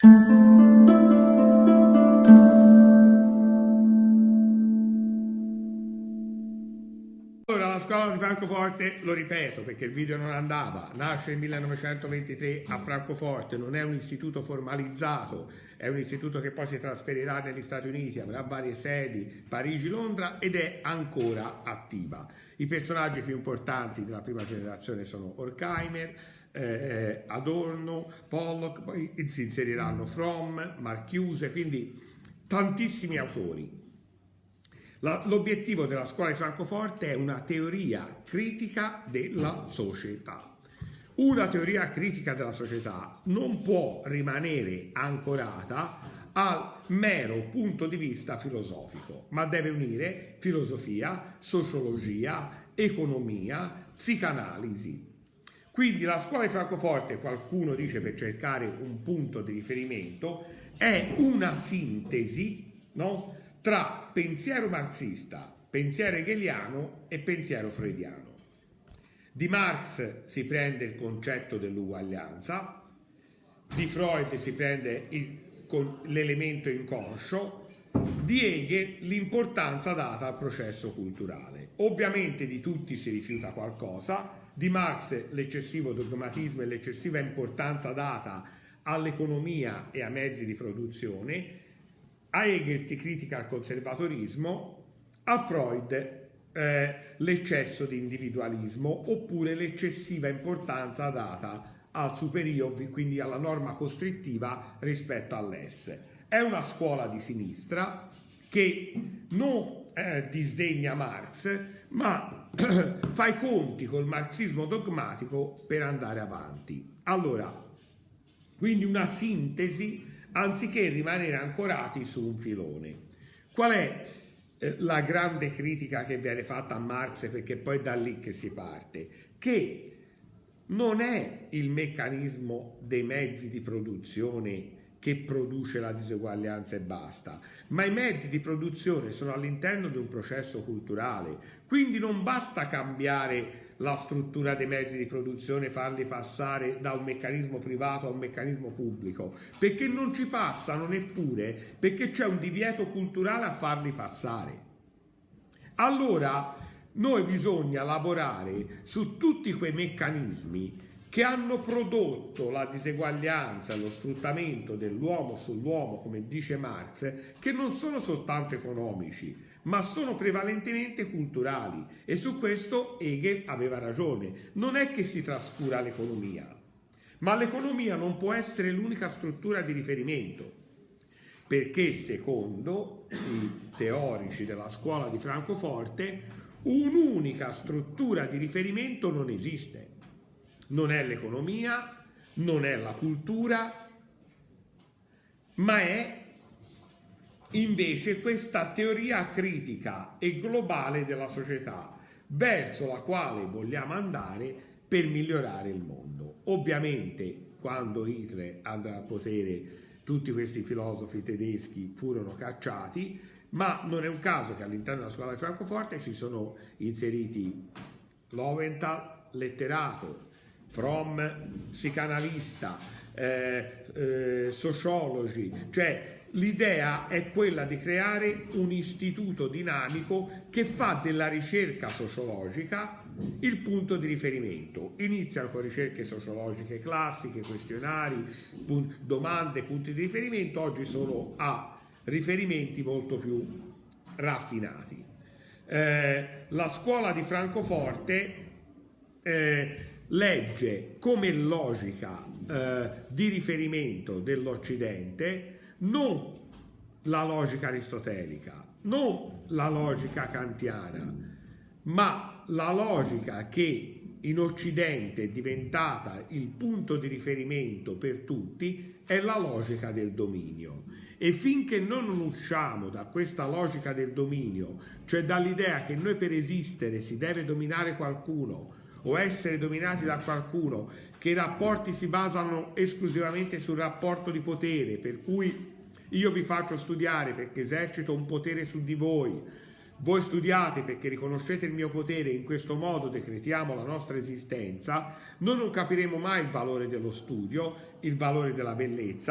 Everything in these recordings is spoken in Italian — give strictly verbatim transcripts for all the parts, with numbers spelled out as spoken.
Allora, la scuola di Francoforte, lo ripeto perché il video non andava, nasce nel millenovecentoventitré a Francoforte, non è un istituto formalizzato, è un istituto che poi si trasferirà negli Stati Uniti, avrà varie sedi, Parigi, Londra, ed è ancora attiva. I personaggi più importanti della prima generazione sono Horkheimer, eh, Adorno, Pollock, poi si inseriranno Fromm, Marcuse, quindi tantissimi autori. L'obiettivo della scuola di Francoforte è una teoria critica della società. Una teoria critica della società non può rimanere ancorata al mero punto di vista filosofico, ma deve unire filosofia, sociologia, economia, psicanalisi. Quindi la scuola di Francoforte, qualcuno dice per cercare un punto di riferimento, è una sintesi, no? Tra pensiero marxista, pensiero hegeliano e pensiero freudiano. Di Marx si prende il concetto dell'uguaglianza, di Freud si prende l'elemento inconscio, di Hegel l'importanza data al processo culturale. Ovviamente di tutti si rifiuta qualcosa, di Marx l'eccessivo dogmatismo e l'eccessiva importanza data all'economia e a mezzi di produzione. A Hegel si critica il conservatorismo, a Freud eh, l'eccesso di individualismo oppure l'eccessiva importanza data al superio, quindi alla norma costrittiva rispetto all'esse. È una scuola di sinistra che non eh, disdegna Marx, ma fa i conti col marxismo dogmatico per andare avanti. Allora, quindi una sintesi anziché rimanere ancorati su un filone. Qual è eh, la grande critica che viene fatta a Marx, perché poi è da lì che si parte? Che non è il meccanismo dei mezzi di produzione che produce la diseguaglianza e basta, ma i mezzi di produzione sono all'interno di un processo culturale, quindi non basta cambiare la struttura dei mezzi di produzione, farli passare da un meccanismo privato a un meccanismo pubblico, perché non ci passano neppure perché c'è un divieto culturale a farli passare. Allora noi bisogna lavorare su tutti quei meccanismi che hanno prodotto la diseguaglianza e lo sfruttamento dell'uomo sull'uomo, come dice Marx, che non sono soltanto economici, ma sono prevalentemente culturali, e su questo Hegel aveva ragione. Non è che si trascura l'economia, ma l'economia non può essere l'unica struttura di riferimento, perché secondo i teorici della scuola di Francoforte un'unica struttura di riferimento non esiste. Non è l'economia, non è la cultura, ma è invece questa teoria critica e globale della società verso la quale vogliamo andare per migliorare il mondo. Ovviamente quando Hitler andò al potere tutti questi filosofi tedeschi furono cacciati, ma non è un caso che all'interno della scuola di Francoforte ci sono inseriti Lowenthal, letterato, Fromm, psicanalista, eh, eh, sociologi, cioè l'idea è quella di creare un istituto dinamico che fa della ricerca sociologica il punto di riferimento. Iniziano con ricerche sociologiche classiche, questionari, pun- domande, punti di riferimento, oggi sono a riferimenti molto più raffinati. Eh, la scuola di Francoforte eh, legge come logica eh, di riferimento dell'Occidente non la logica aristotelica, non la logica kantiana, ma la logica che in Occidente è diventata il punto di riferimento per tutti, è la logica del dominio. E finché noi non usciamo da questa logica del dominio, cioè dall'idea che noi per esistere si deve dominare qualcuno o essere dominati da qualcuno, che i rapporti si basano esclusivamente sul rapporto di potere, per cui io vi faccio studiare perché esercito un potere su di voi, voi studiate perché riconoscete il mio potere, in questo modo decretiamo la nostra esistenza, noi non capiremo mai il valore dello studio, il valore della bellezza,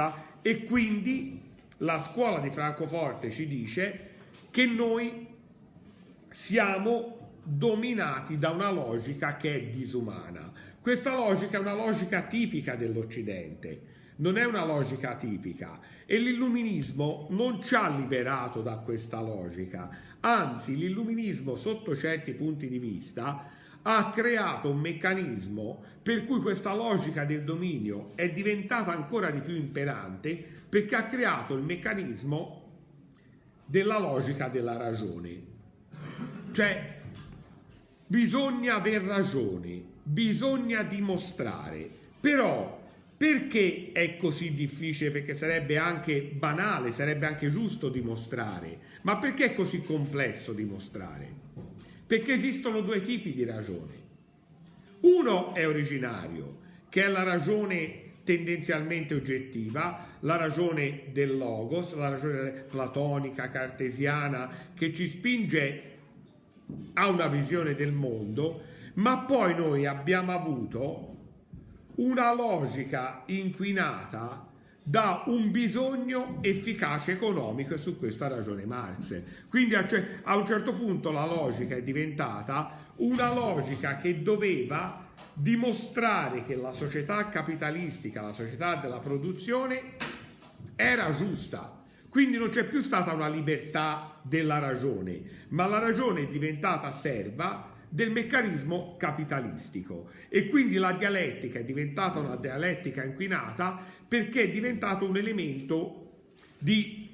e quindi la scuola di Francoforte ci dice che noi siamo dominati da una logica che è disumana. Questa logica è una logica tipica dell'Occidente, non è una logica tipica, e l'illuminismo non ci ha liberato da questa logica, anzi l'illuminismo sotto certi punti di vista ha creato un meccanismo per cui questa logica del dominio è diventata ancora di più imperante, perché ha creato il meccanismo della logica della ragione. Cioè, bisogna aver ragione, bisogna dimostrare. Però perché è così difficile? Perché sarebbe anche banale, sarebbe anche giusto dimostrare, ma perché è così complesso dimostrare? Perché esistono due tipi di ragione. Uno è originario, che è la ragione tendenzialmente oggettiva, la ragione del logos, la ragione platonica, cartesiana, che ci spinge a una visione del mondo, ma poi noi abbiamo avuto una logica inquinata da un bisogno efficace economico, e su questo ha ragione Marx. Quindi a, cioè, a un certo punto la logica è diventata una logica che doveva dimostrare che la società capitalistica, la società della produzione, era giusta. Quindi non c'è più stata una libertà della ragione, ma la ragione è diventata serva del meccanismo capitalistico, e quindi la dialettica è diventata una dialettica inquinata perché è diventato un elemento di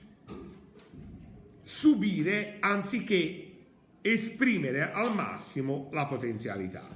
subire anziché esprimere al massimo la potenzialità.